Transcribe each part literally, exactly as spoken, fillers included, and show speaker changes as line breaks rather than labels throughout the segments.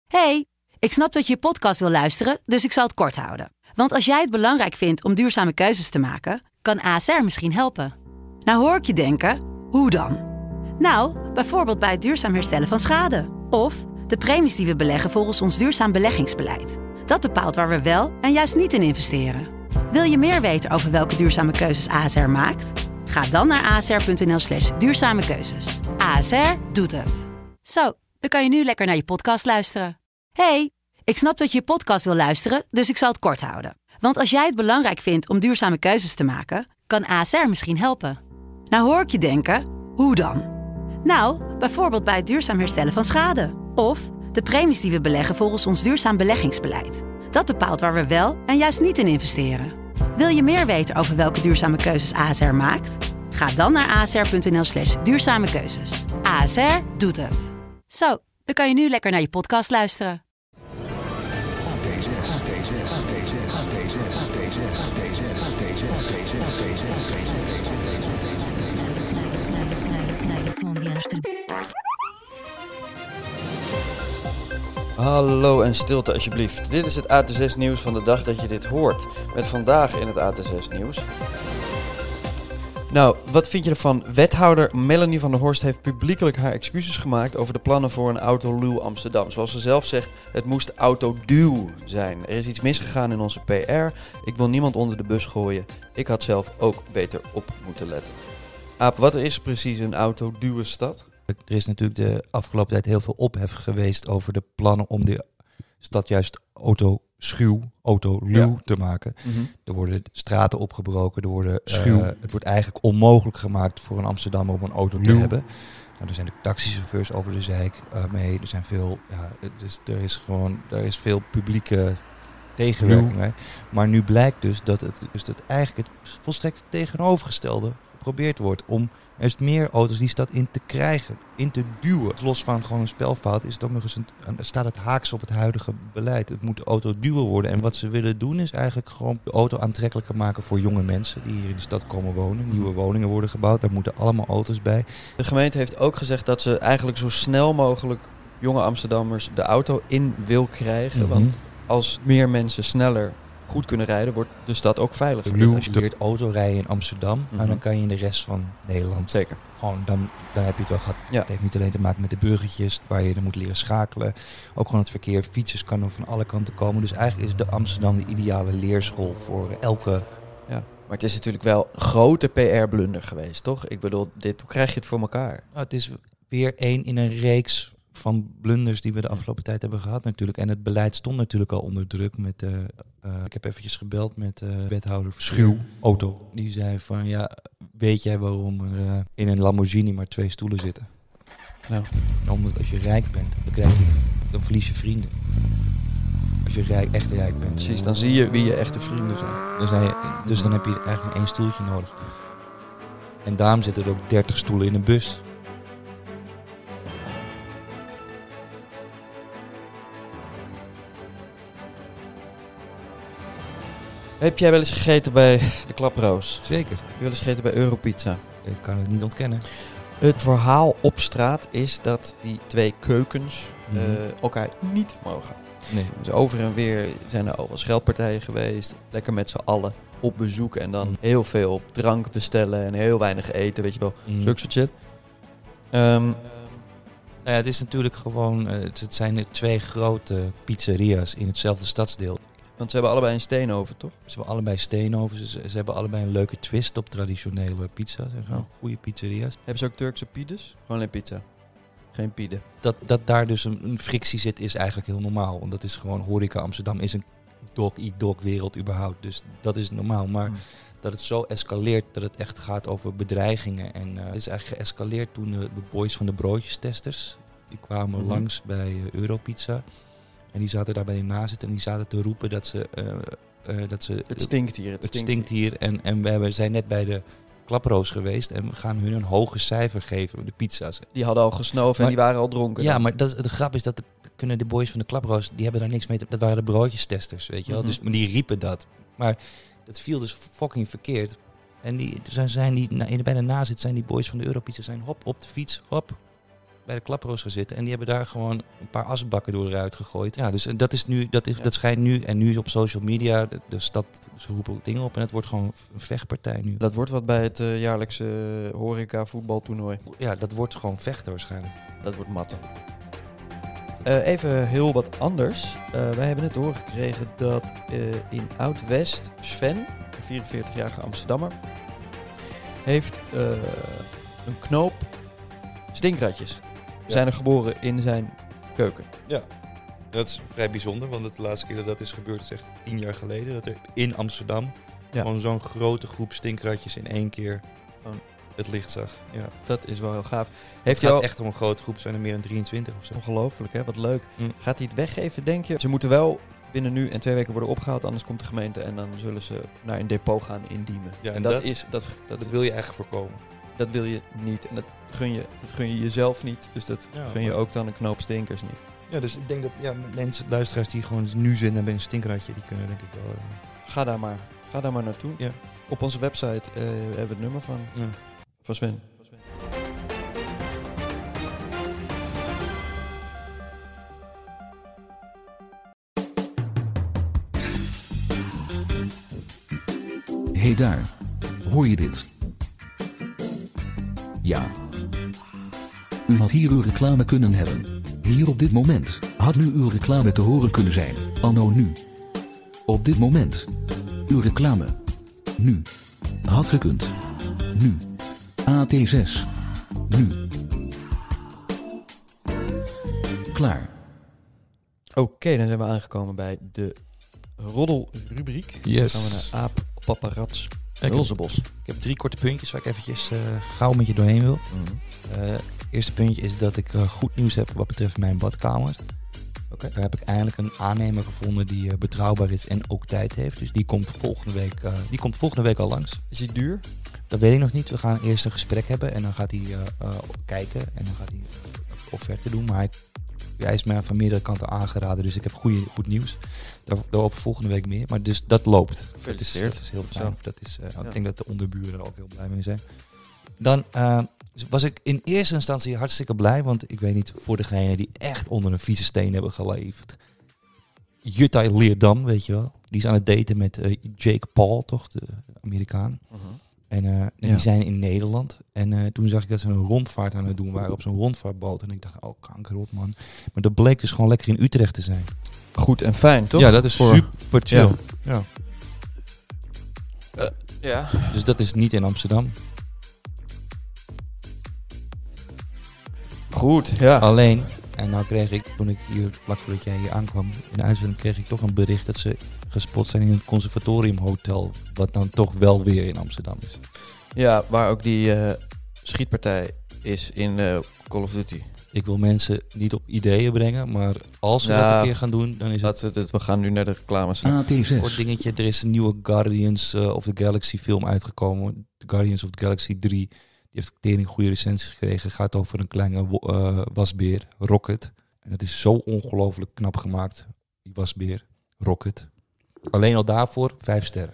Hey, ik snap dat je je podcast wil luisteren, dus ik zal het kort houden. Want als jij het belangrijk vindt om duurzame keuzes te maken, kan A S R misschien helpen. Nou hoor ik je denken, hoe dan? Nou, bijvoorbeeld bij het duurzaam herstellen van schade. Of de premies die we beleggen volgens ons duurzaam beleggingsbeleid. Dat bepaalt waar we wel en juist niet in investeren. Wil je meer weten over welke duurzame keuzes A S R maakt? Ga dan naar asr.nl slash duurzame keuzes. A S R doet het. Zo, dan kan je nu lekker naar je podcast luisteren. Hey, ik snap dat je je podcast wil luisteren, dus ik zal het kort houden. Want als jij het belangrijk vindt om duurzame keuzes te maken, kan A S R misschien helpen. Nou hoor ik je denken, hoe dan? Nou, bijvoorbeeld bij het duurzaam herstellen van schade. Of de premies die we beleggen volgens ons duurzaam beleggingsbeleid. Dat bepaalt waar we wel en juist niet in investeren. Wil je meer weten over welke duurzame keuzes A S R maakt? Ga dan naar asr.nl slash duurzame keuzes. A S R doet het. Zo, dan kan je nu lekker naar je podcast luisteren.
Hallo en stilte alsjeblieft. Dit is het A T zes nieuws van de dag dat je dit hoort. Met vandaag in het A T zes nieuws. Nou, wat vind je ervan? Wethouder Melanie van der Horst heeft publiekelijk haar excuses gemaakt over de plannen voor een autoluw Amsterdam. Zoals ze zelf zegt, het moest autoduw zijn. Er is iets misgegaan in onze P R. Ik wil niemand onder de bus gooien. Ik had zelf ook beter op moeten letten. Aap, wat is precies een autoduwe stad?
Er is natuurlijk de afgelopen tijd heel veel ophef geweest over de plannen om de stad juist autoschuw, autoluw ja. te maken. Mm-hmm. Er worden straten opgebroken, er worden, uh, het wordt eigenlijk onmogelijk gemaakt voor een Amsterdammer om een auto Luw. te hebben. Nou, er zijn de taxichauffeurs over de zeik uh, mee, er zijn veel, ja, dus er is gewoon, er is veel publieke tegenwerking mee. Maar nu blijkt dus dat het, dus dat eigenlijk het volstrekt tegenovergestelde geprobeerd wordt om juist meer auto's die stad in te krijgen, in te duwen. Los van gewoon een spelfout is het ook nog eens een, een, staat het haaks op het huidige beleid. Het moet autoduwen worden. En wat ze willen doen is eigenlijk gewoon de auto aantrekkelijker maken voor jonge mensen die hier in de stad komen wonen. Nieuwe woningen worden gebouwd, daar moeten allemaal auto's bij.
De gemeente heeft ook gezegd dat ze eigenlijk zo snel mogelijk jonge Amsterdammers de auto in wil krijgen. Mm-hmm. Want als meer mensen sneller goed kunnen rijden, wordt de stad ook veiliger.
Luw, als je leert autorijden in Amsterdam, mm-hmm. dan kan je in de rest van Nederland.
Zeker.
Gewoon, dan, dan heb je het wel gehad. Ja. Het heeft niet alleen te maken met de bruggetjes, waar je er moet leren schakelen. Ook gewoon het verkeer, fietsers kan er van alle kanten komen. Dus eigenlijk is de Amsterdam de ideale leerschool voor elke...
Ja, maar het is natuurlijk wel een grote P R-blunder geweest, toch? Ik bedoel, dit, hoe krijg je het voor elkaar?
Nou, het is weer één in een reeks van blunders die we de afgelopen tijd hebben gehad natuurlijk. En het beleid stond natuurlijk al onder druk met... Uh, uh, ik heb eventjes gebeld met uh, wethouder Schuw Auto. Die zei van, ja, weet jij waarom er uh, in een Lamborghini maar twee stoelen zitten? Nou, omdat als je rijk bent, dan, krijg je, dan verlies je vrienden. Als je rijk, echt rijk bent.
Precies, dan zie je wie je echte vrienden zijn.
Dan zijn je, dus dan heb je eigenlijk maar één stoeltje nodig. En daarom zitten er ook dertig stoelen in een bus.
Heb jij wel eens gegeten bij de Klaproos?
Zeker.
Heb je wel eens gegeten bij Europizza?
Ik kan het niet ontkennen.
Het verhaal op straat is dat die twee keukens mm-hmm. uh, elkaar niet mogen.
Nee.
Dus over en weer zijn er al wel scheldpartijen geweest. Lekker met z'n allen op bezoek en dan mm. heel veel drank bestellen en heel weinig eten, weet je wel. Mm. Zulke soort shit. Um,
nou ja, het is natuurlijk gewoon, uh, het zijn er twee grote pizzeria's in hetzelfde stadsdeel.
Want ze hebben allebei een steenoven, toch?
Ze hebben allebei steenovens. Ze, ze hebben allebei een leuke twist op traditionele pizza's. En gewoon goede pizzeria's.
Hebben ze ook Turkse pides? Gewoon alleen pizza. Geen pide.
Dat, dat daar dus een, een frictie zit is eigenlijk heel normaal. Want dat is gewoon horeca. Amsterdam is een dog-eat-dog wereld überhaupt. Dus dat is normaal. Maar hmm. dat het zo escaleert dat het echt gaat over bedreigingen. En uh, het is eigenlijk geëscaleerd toen de, de boys van de broodjestesters, die kwamen hmm. langs bij uh, Europizza. En die zaten daar bij de nazit en die zaten te roepen dat ze... Uh, uh, dat ze
het stinkt hier. Het,
het
stinkt,
stinkt hier. En, en we hebben, zijn net bij de Klaproos geweest en we gaan hun een hoger cijfer geven, de pizza's.
Die hadden al gesnoven maar, en die waren al dronken.
Ja,
dan.
maar dat, de grap is dat de, kunnen de boys van de Klaproos, die hebben daar niks mee te... Dat waren de broodjestesters, weet je wel. Mm-hmm. Dus maar die riepen dat. Maar dat viel dus fucking verkeerd. En die, zijn, zijn die, bij de nazit zijn die boys van de Europizza zijn hop op de fiets, hop. bij de klaproos gaan zitten. En die hebben daar gewoon een paar asbakken door eruit gegooid. Ja, dus dat is nu, dat, is,
Ja.
dat schijnt nu. En nu op social media, de, de stad, ze roepen dingen op. En het wordt gewoon een vechtpartij nu.
Dat wordt wat bij het uh, jaarlijkse uh, horeca voetbaltoernooi.
Ja, dat wordt gewoon vechten waarschijnlijk.
Dat wordt matten. Uh, even heel wat anders. Uh, wij hebben net te horen gekregen dat uh, in Oud-West Sven, een vierenveertigjarige Amsterdammer, heeft uh, een knoop stinkratjes. Ja. Zijn er geboren in zijn keuken.
Ja, dat is vrij bijzonder, want de laatste keer dat dat is gebeurd is echt tien jaar geleden. Dat er in Amsterdam ja. gewoon zo'n grote groep stinkratjes in één keer oh. het licht zag. Ja.
Dat is wel heel gaaf.
Heeft het gaat al... echt om een grote groep, zijn er meer dan drieëntwintig of zo.
Ongelooflijk, hè? Wat leuk.
Mm.
Gaat hij het weggeven, denk je? Ze moeten wel binnen nu en twee weken worden opgehaald, anders komt de gemeente en dan zullen ze naar een depot gaan indiemen.
Ja, en,
en dat,
dat,
is, dat, dat,
dat wil je eigenlijk voorkomen.
Dat wil je niet en dat gun je, dat gun je jezelf niet, dus dat ja, gun je ook dan een knoop stinkers niet.
Ja, dus ik denk dat ja, mensen, luisteraars die gewoon nu zitten bij een stinkratje, die kunnen denk ik wel... Uh...
Ga daar maar, ga daar maar naartoe.
Ja.
Op onze website uh, hebben we het nummer van,
ja.
van Sven.
Hey daar, hoor je dit? Ja. U had hier uw reclame kunnen hebben. Hier op dit moment had nu uw reclame te horen kunnen zijn. Anno nu. Op dit moment. Uw reclame. Nu. Had gekund. Nu. A T zes. Nu. Klaar.
Oké, okay, dan zijn we aangekomen bij de roddelrubriek.
Yes.
Dan gaan we naar Aap, Paparats, Hulzenbos.
Ik heb drie korte puntjes waar ik eventjes uh, gauw met je doorheen wil. Mm-hmm. Uh, eerste puntje is dat ik uh, goed nieuws heb wat betreft mijn badkamer. Okay. Daar heb ik eindelijk een aannemer gevonden die uh, betrouwbaar is en ook tijd heeft. Dus die komt volgende week, uh, die komt volgende week al langs.
Is die duur?
Dat weet ik nog niet. We gaan eerst een gesprek hebben en dan gaat hij uh, uh, kijken en dan gaat hij uh, offerte doen. Maar hij, hij is mij van meerdere kanten aangeraden, dus ik heb goeie, goed nieuws. Daar, daarover volgende week meer. Maar dus dat loopt. Dat is, dat is heel fijn. Dat is, uh, ja. Ik denk dat de onderburen er ook heel blij mee zijn. Dan uh, was ik in eerste instantie hartstikke blij, want ik weet niet, voor degenen die echt onder een vieze steen hebben geleefd. Jutta Leerdam, weet je wel. Die is aan het daten met uh, Jake Paul, toch? De Amerikaan. Uh-huh. En, uh, en ja. die zijn in Nederland. En uh, toen zag ik dat ze een rondvaart aan het doen waren op zo'n rondvaartboot. En ik dacht, oh kankerrot man. Maar dat bleek dus gewoon lekker in Utrecht te zijn.
Goed en fijn, toch?
Ja, dat is voor... super chill. Ja. Ja.
Uh, ja.
Dus dat is niet in Amsterdam.
Goed, ja.
Alleen, en nou kreeg ik, toen ik hier, vlak voordat jij hier aankwam, in de uitzending kreeg ik toch een bericht dat ze gespot zijn in het conservatoriumhotel, wat dan toch wel weer in Amsterdam is.
Ja, waar ook die uh, schietpartij is in uh, Call of Duty.
Ik wil mensen niet op ideeën brengen, maar als we ja, dat een keer gaan doen, dan is het...
het... het we gaan nu naar de reclames.
A T zes.
Kort dingetje, er is een nieuwe Guardians uh, of the Galaxy film uitgekomen. The Guardians of the Galaxy drie. Die heeft tering goede recensies gekregen. Gaat over een kleine uh, wasbeer, Rocket. En het is zo ongelooflijk knap gemaakt, die wasbeer, Rocket. Alleen al daarvoor vijf sterren.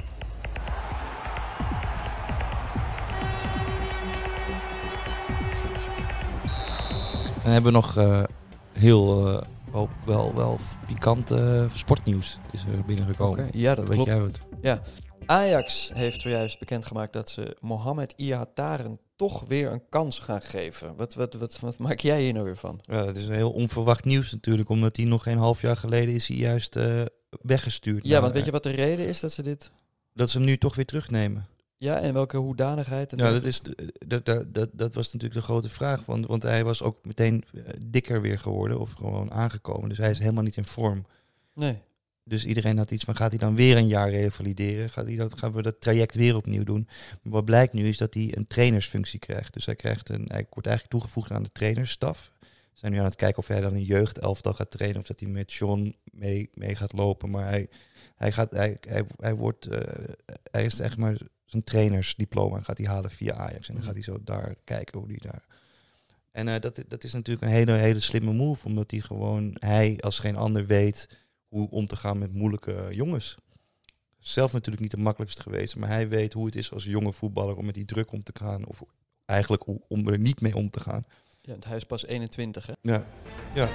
En dan hebben we nog uh, heel uh, wel, wel, wel pikant uh, sportnieuws is er binnengekomen.
Okay, ja, dat
weet
klopt.
jij het.
Ja. Ajax heeft zojuist bekendgemaakt dat ze Mohamed Ihataren toch weer een kans gaan geven. Wat, wat, wat, wat maak jij hier nou weer van?
Ja, dat is heel onverwacht nieuws natuurlijk, omdat hij nog geen half jaar geleden is hij juist uh, weggestuurd.
Ja, nou, want weet je wat de reden is dat ze dit...
Dat ze hem nu toch weer terugnemen.
Ja, en welke hoedanigheid? En
ja, dat, is dat, dat, dat, dat was natuurlijk de grote vraag, want, want hij was ook meteen uh, dikker weer geworden of gewoon aangekomen. Dus hij is helemaal niet in vorm.
Nee.
Dus iedereen had iets van, gaat hij dan weer een jaar revalideren? Gaat hij dat, gaan we dat traject weer opnieuw doen? Maar wat blijkt nu is dat hij een trainersfunctie krijgt. Dus hij, krijgt een, hij wordt eigenlijk toegevoegd aan de trainersstaf. We zijn nu aan het kijken of hij dan een jeugdelftal gaat trainen of dat hij met John mee, mee gaat lopen. Maar hij, hij, gaat, hij, hij, hij, wordt, uh, hij is echt maar zijn trainersdiploma gaat hij halen via Ajax. En dan gaat hij zo daar kijken hoe hij daar... En uh, dat, dat is natuurlijk een hele, hele slimme move, omdat hij gewoon, hij als geen ander weet hoe om te gaan met moeilijke jongens. Zelf natuurlijk niet de makkelijkste geweest, maar hij weet hoe het is als jonge voetballer om met die druk om te gaan, of eigenlijk om er niet mee om te gaan.
Ja, hij is pas eenentwintig, hè?
Ja, ja.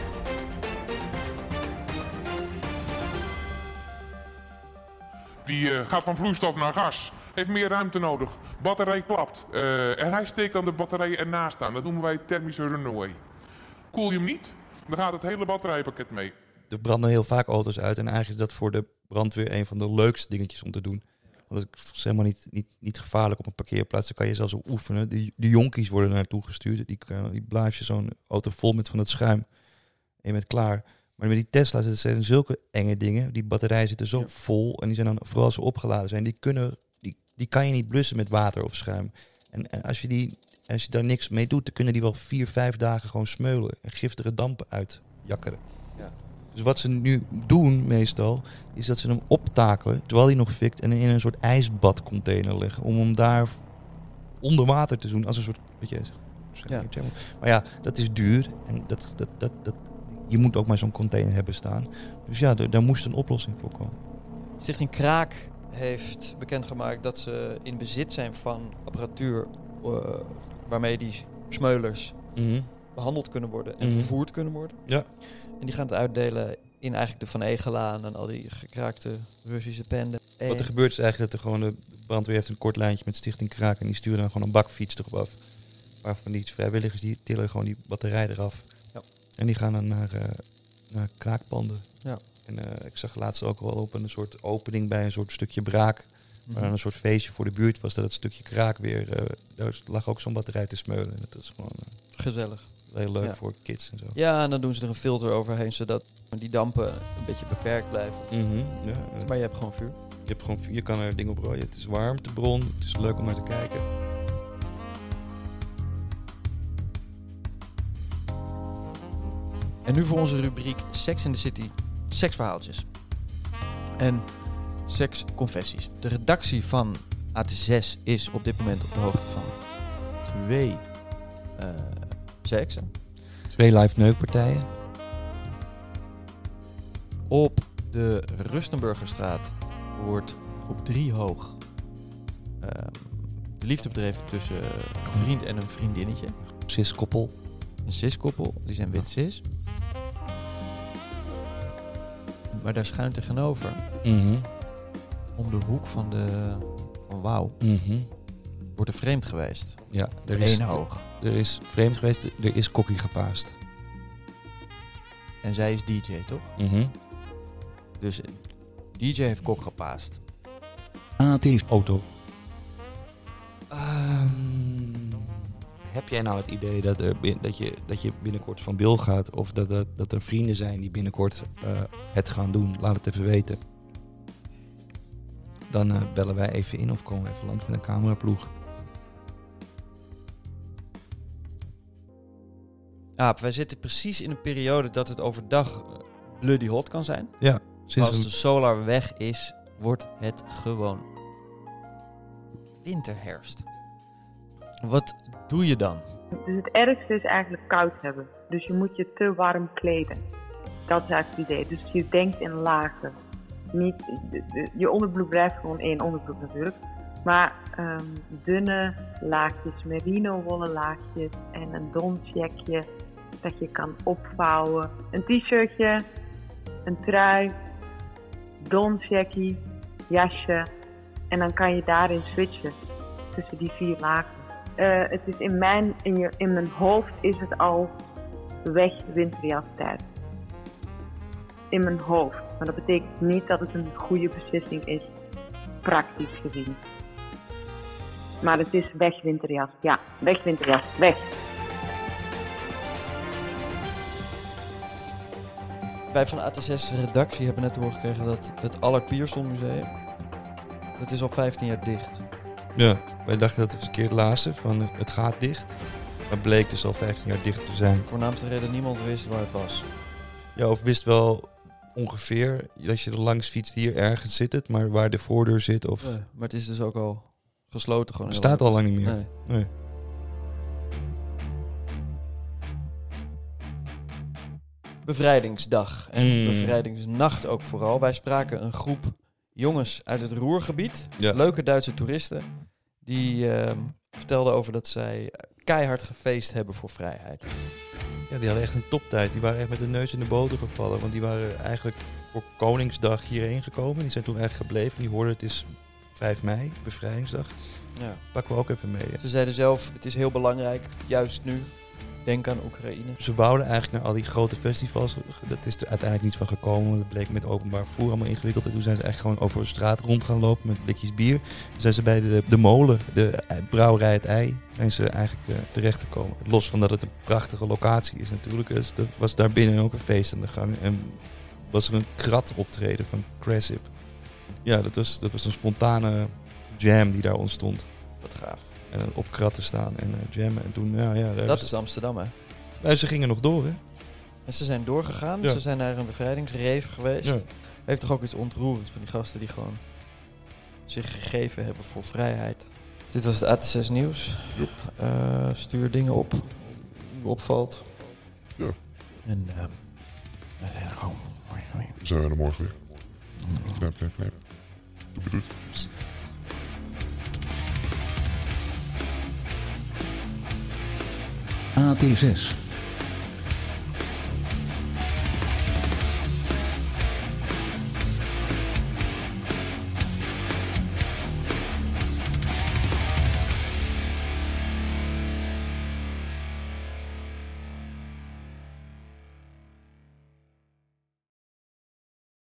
Die uh, gaat van vloeistof naar gas. Heeft meer ruimte nodig. Batterij klapt. Uh, en hij steekt dan de batterij ernaast aan. Dat noemen wij thermische runaway. Koel je hem niet, dan gaat het hele batterijpakket mee.
Er branden heel vaak auto's uit. En eigenlijk is dat voor de brandweer een van de leukste dingetjes om te doen. Want het is helemaal niet, niet, niet gevaarlijk op een parkeerplaats. Daar kan je zelfs op oefenen. Die, die jonkies worden naartoe gestuurd. Die, die blaas je zo'n auto vol met van dat schuim. En je bent klaar. Maar met die Tesla's, het zijn zulke enge dingen. Die batterijen zitten zo ja. vol. En die zijn dan, vooral als ze opgeladen zijn, die kunnen, die, die kan je niet blussen met water of schuim. En, en als je die, als je daar niks mee doet, dan kunnen die wel vier, vijf dagen gewoon smeulen. En giftige dampen uitjakkeren. Ja. Dus wat ze nu doen meestal, is dat ze hem optakelen, terwijl hij nog fikt, en in een soort ijsbadcontainer leggen. Om hem daar onder water te doen, als een soort, weet je, ja. Maar ja, dat is duur. En dat, dat, dat, dat, je moet ook maar zo'n container hebben staan. Dus ja, d- daar moest een oplossing voor komen.
Stichting Kraak heeft bekendgemaakt dat ze in bezit zijn van apparatuur uh, waarmee die smeulers mm-hmm. behandeld kunnen worden en mm-hmm. vervoerd kunnen worden.
Ja.
En die gaan het uitdelen in eigenlijk de Van Egelaan en al die gekraakte Russische benden.
Wat er gebeurt is eigenlijk dat er gewoon de brandweer heeft een kort lijntje met Stichting Kraak en die sturen dan gewoon een bakfiets erop af. Waarvan die vrijwilligers die tillen gewoon die batterij eraf. Ja. En die gaan dan naar, uh, naar kraakpanden.
Ja.
En uh, ik zag laatst ook al op een soort opening bij een soort stukje braak. Mm-hmm. Waar dan een soort feestje voor de buurt was dat het stukje kraak weer... Uh, daar lag ook zo'n batterij te smeulen. En dat is gewoon... Uh,
gezellig.
Heel leuk
ja.
voor kids en zo.
Ja, en dan doen ze er een filter overheen zodat die dampen een beetje beperkt blijven.
Mm-hmm. Ja, uh,
maar je hebt gewoon vuur.
Je, hebt gewoon vuur, je kan er dingen op rooien. Het is warmtebron. Het is leuk om naar te kijken.
En nu voor onze rubriek Sex in the City, seksverhaaltjes. En seksconfessies. De redactie van A T zes is op dit moment op de hoogte van twee uh, seksen.
Twee live neukpartijen.
Op de Rustenburgerstraat wordt op drie hoog uh, de liefde bedreven tussen een vriend en een vriendinnetje.
Cis-koppel.
Een cis-koppel, die zijn wit cis. Maar daar schuin tegenover,
mm-hmm.
om de hoek van de van Wauw,
mm-hmm.
wordt er vreemd geweest.
Ja, er is
één hoog.
Er is vreemd geweest, er is kokkie gepaast.
En zij is D J, toch?
Mm-hmm.
Dus D J heeft kok gepaast.
A T
Auto. Um, heb jij nou het idee dat, er, dat, je, dat je binnenkort van Bill gaat? Of dat, dat, dat er vrienden zijn die binnenkort uh, het gaan doen? Laat het even weten. Dan uh, bellen wij even in of komen we even langs met een cameraploeg.
Aap, wij zitten precies in een periode dat het overdag bloody hot kan zijn.
Ja.
Sinds Als de solar weg is, wordt het gewoon winterherfst. Wat doe je dan?
Dus het ergste is eigenlijk koud hebben. Dus je moet je te warm kleden. Dat is eigenlijk het idee. Dus je denkt in lagen. Niet, de, de, je onderbroek blijft gewoon één onderbroek natuurlijk. Maar um, dunne laagjes, merino-wollen laagjes en een donsjackje dat je kan opvouwen. Een t-shirtje, een trui, donsjackie, jasje. En dan kan je daarin switchen tussen die vier lagen. Uh, het is in mijn, in, je, in mijn hoofd is het al weg winterjastijd. In mijn hoofd. Maar dat betekent niet dat het een goede beslissing is, praktisch gezien. Maar het is weg winterjas. Ja, weg winterjas. Weg.
Wij van A T zes redactie hebben net te horen gekregen dat het Allard Pierson Museum, dat is al vijftien jaar dicht.
Ja, wij dachten dat we verkeerd lazen van het gaat dicht. Maar bleek dus al vijftien jaar dicht te zijn.
Voornaamste reden niemand wist waar het was.
Ja, of wist wel ongeveer, als je er langs fietst, hier ergens zit het, maar waar de voordeur zit of...
Nee, maar het is dus ook al gesloten gewoon.
Het staat al lang niet meer.
Nee.
nee.
Bevrijdingsdag en
mm.
bevrijdingsnacht ook vooral. Wij spraken een groep jongens uit het Ruhrgebied, ja. leuke Duitse toeristen, die uh, vertelden over dat zij keihard gefeest hebben voor vrijheid.
Ja, die hadden echt een toptijd. Die waren echt met de neus in de boter gevallen. Want die waren eigenlijk voor Koningsdag hierheen gekomen. Die zijn toen eigenlijk gebleven. Die hoorden het is vijf mei, bevrijdingsdag.
Ja.
Pakken we ook even mee. Hè.
Ze zeiden zelf, het is heel belangrijk, juist nu. Denk aan Oekraïne.
Ze wouden eigenlijk naar al die grote festivals. Dat is er uiteindelijk niets van gekomen. Dat bleek met openbaar vervoer allemaal ingewikkeld. En toen zijn ze eigenlijk gewoon over de straat rond gaan lopen met blikjes bier. Toen zijn ze bij de, de molen, de brouwerij Het Ei, zijn ze eigenlijk uh, terechtgekomen. Los van dat het een prachtige locatie is natuurlijk. Dus er was daar binnen ook een feest aan de gang. En was er een krat optreden van Cressip. Ja, dat was, dat was een spontane jam die daar ontstond.
Wat gaaf.
En op kratten staan en uh, jammen. En toen, ja, ja,
Dat
ze...
is Amsterdam, hè?
Maar ze gingen nog door, hè?
En ze zijn doorgegaan.
Ja.
Ze zijn naar een bevrijdingsreef geweest.
Ja.
Heeft toch ook iets ontroerends van die gasten die gewoon zich gegeven hebben voor vrijheid. Dit was het A T zes Nieuws.
Yep.
Uh, stuur dingen op. Die opvalt.
Ja.
En uh, we zijn er gewoon.
We zijn er morgen weer. Knap, knap, knap. Doe bedoet.
A T zes.